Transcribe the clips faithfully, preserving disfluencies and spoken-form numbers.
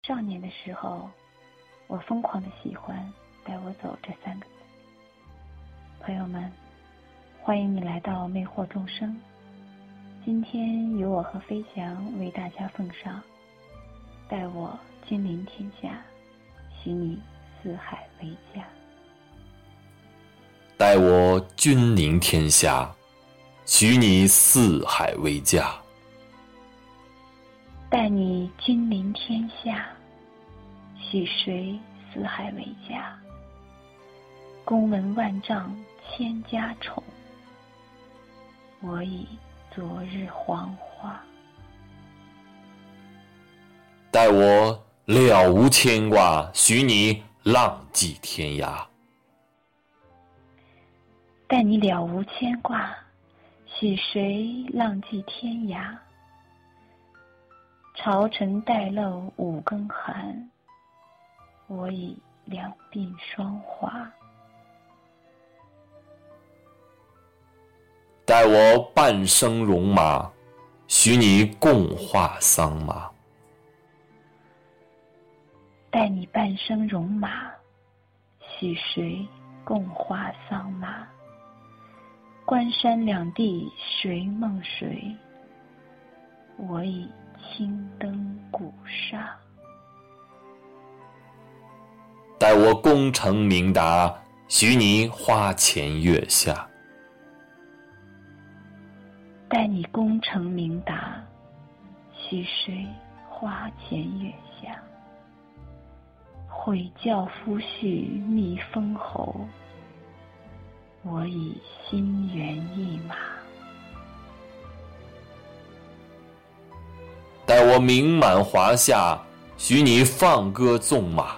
少年的时候，我疯狂的喜欢带我走这三个字。朋友们，欢迎你来到魅惑众生。今天由我和飞翔为大家奉上带我君临天下，许你四海为家。 待我君临天下，许你四海为家。 待你君临天下，许谁四海为家。公文万丈千家宠，我已昨日黄花。 待我了无牵挂，许你浪迹天涯。 待你了无牵挂，许谁浪迹天涯。朝臣待漏五更寒，我已两鬓霜华。 待我半生戎马，许你共话桑麻。 待你半生戎马，许谁共话桑麻。关山两地谁梦谁，我已青灯古刹。 待我功成名达，许你花前月下。 待你功成名达，许谁花前月下。悔教夫婿觅封侯，我已心猿意马。 待我名满华夏，许你放歌纵马。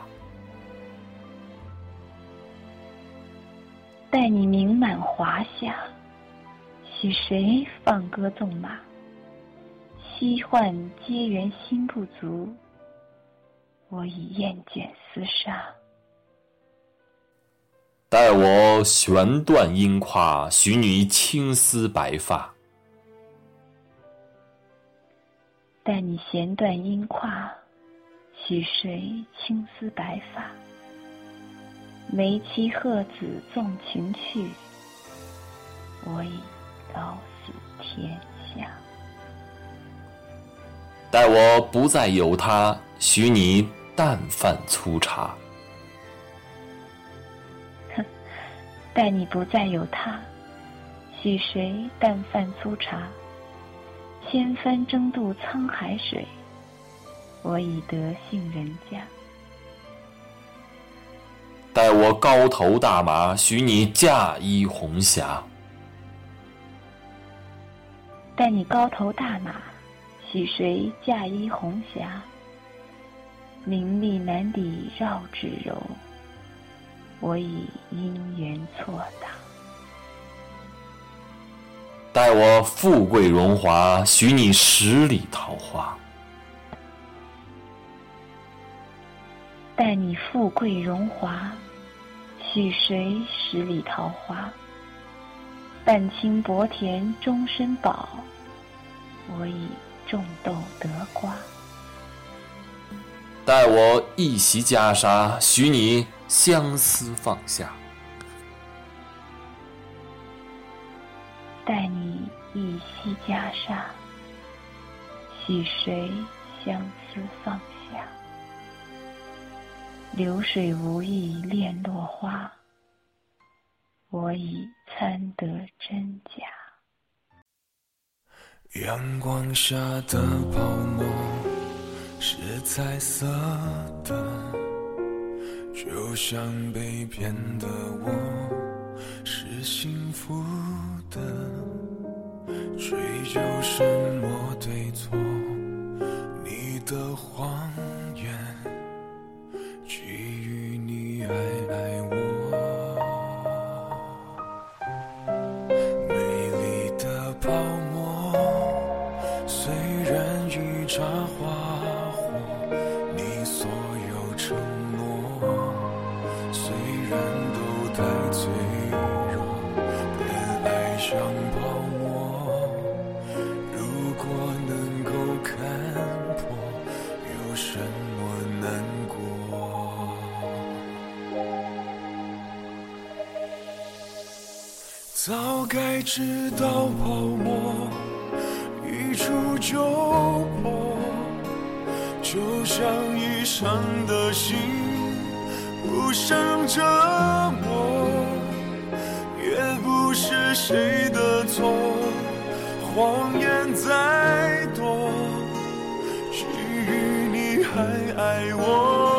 待你名满华夏，许谁放歌纵马。西宦皆缘心不足，我已厌倦厮杀。 待我弦断音胯，许你青丝白发。 待你弦断音胯，许谁青丝白发。梅妻鹤子纵情去，我已老死天下。 待我不再有他，许你淡饭粗茶。 哼，待你不再有他，许谁淡饭粗茶。千帆争渡沧海水，我已得杏仁家。 待我高头大马，许你嫁衣红霞。 待你高头大马，许谁嫁衣红霞。名利难抵绕指柔，我已姻缘错打。 待我富贵荣华，许你十里桃花。 待你富贵荣华，许谁十里桃花。半倾薄田终身宝，我已种豆得瓜。 待我一袭袈裟，许你相思放下。 待你一袭袈裟，许谁相思放下。流水无意恋落花，我已参得真假。 阳光下的泡沫是彩色的，就像被骗的我是幸福的。追究什么对错，你的谎言基于你爱爱我。美丽的泡沫虽然已插花火，你所有承诺虽然都太脆弱，恋爱像泡沫，如果能够看破，有时难过。早该知道泡沫一触就破，就像已伤的心不想折磨，也不是谁的错，谎言再多，基于你还爱我。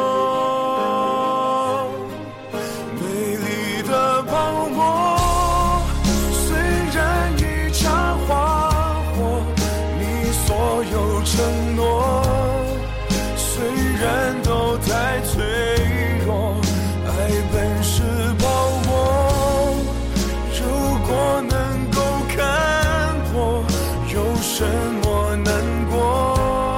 美丽的泡沫虽然一场花火，你所有承诺虽然都太脆弱，爱本是泡沫，如果能够看破，有什么难过？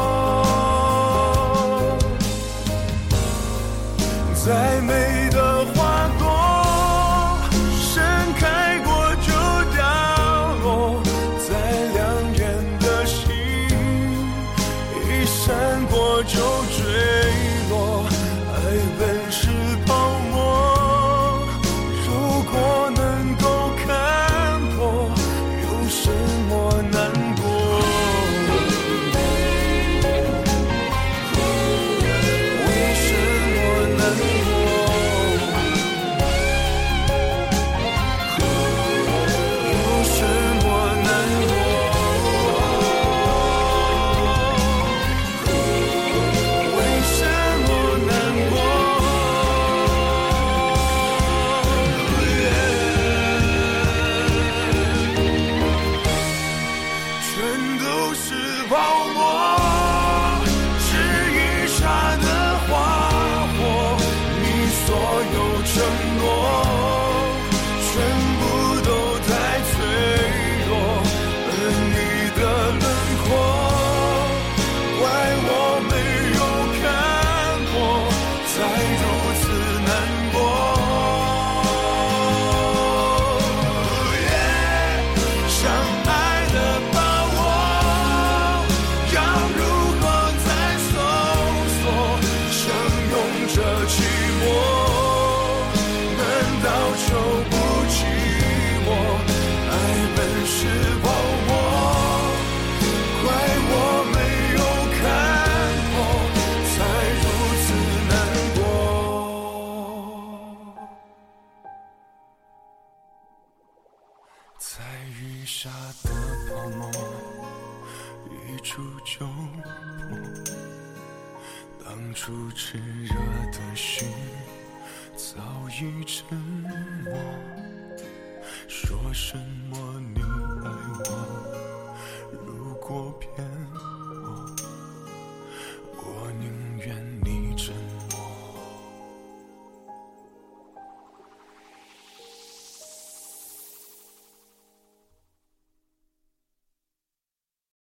再美的花朵盛开过就掉落，再亮眼的星一闪过就坠落，爱本是泡沫，如果能够看破，有什么难过？为什么难过？有什么难过？为什么难过？全都是泡沫，是一刹的花火，你所有承诺全部都太脆弱，而你的轮廓怪我没有看破，才如此难过。相爱的把握，要如何再搜索？相拥着寂寞，难道就不寂寞？爱本是泡沫，怪我没有看破，才如此难过。在雨下的泡沫一触就破，当初炽热的心早已沉默，说什么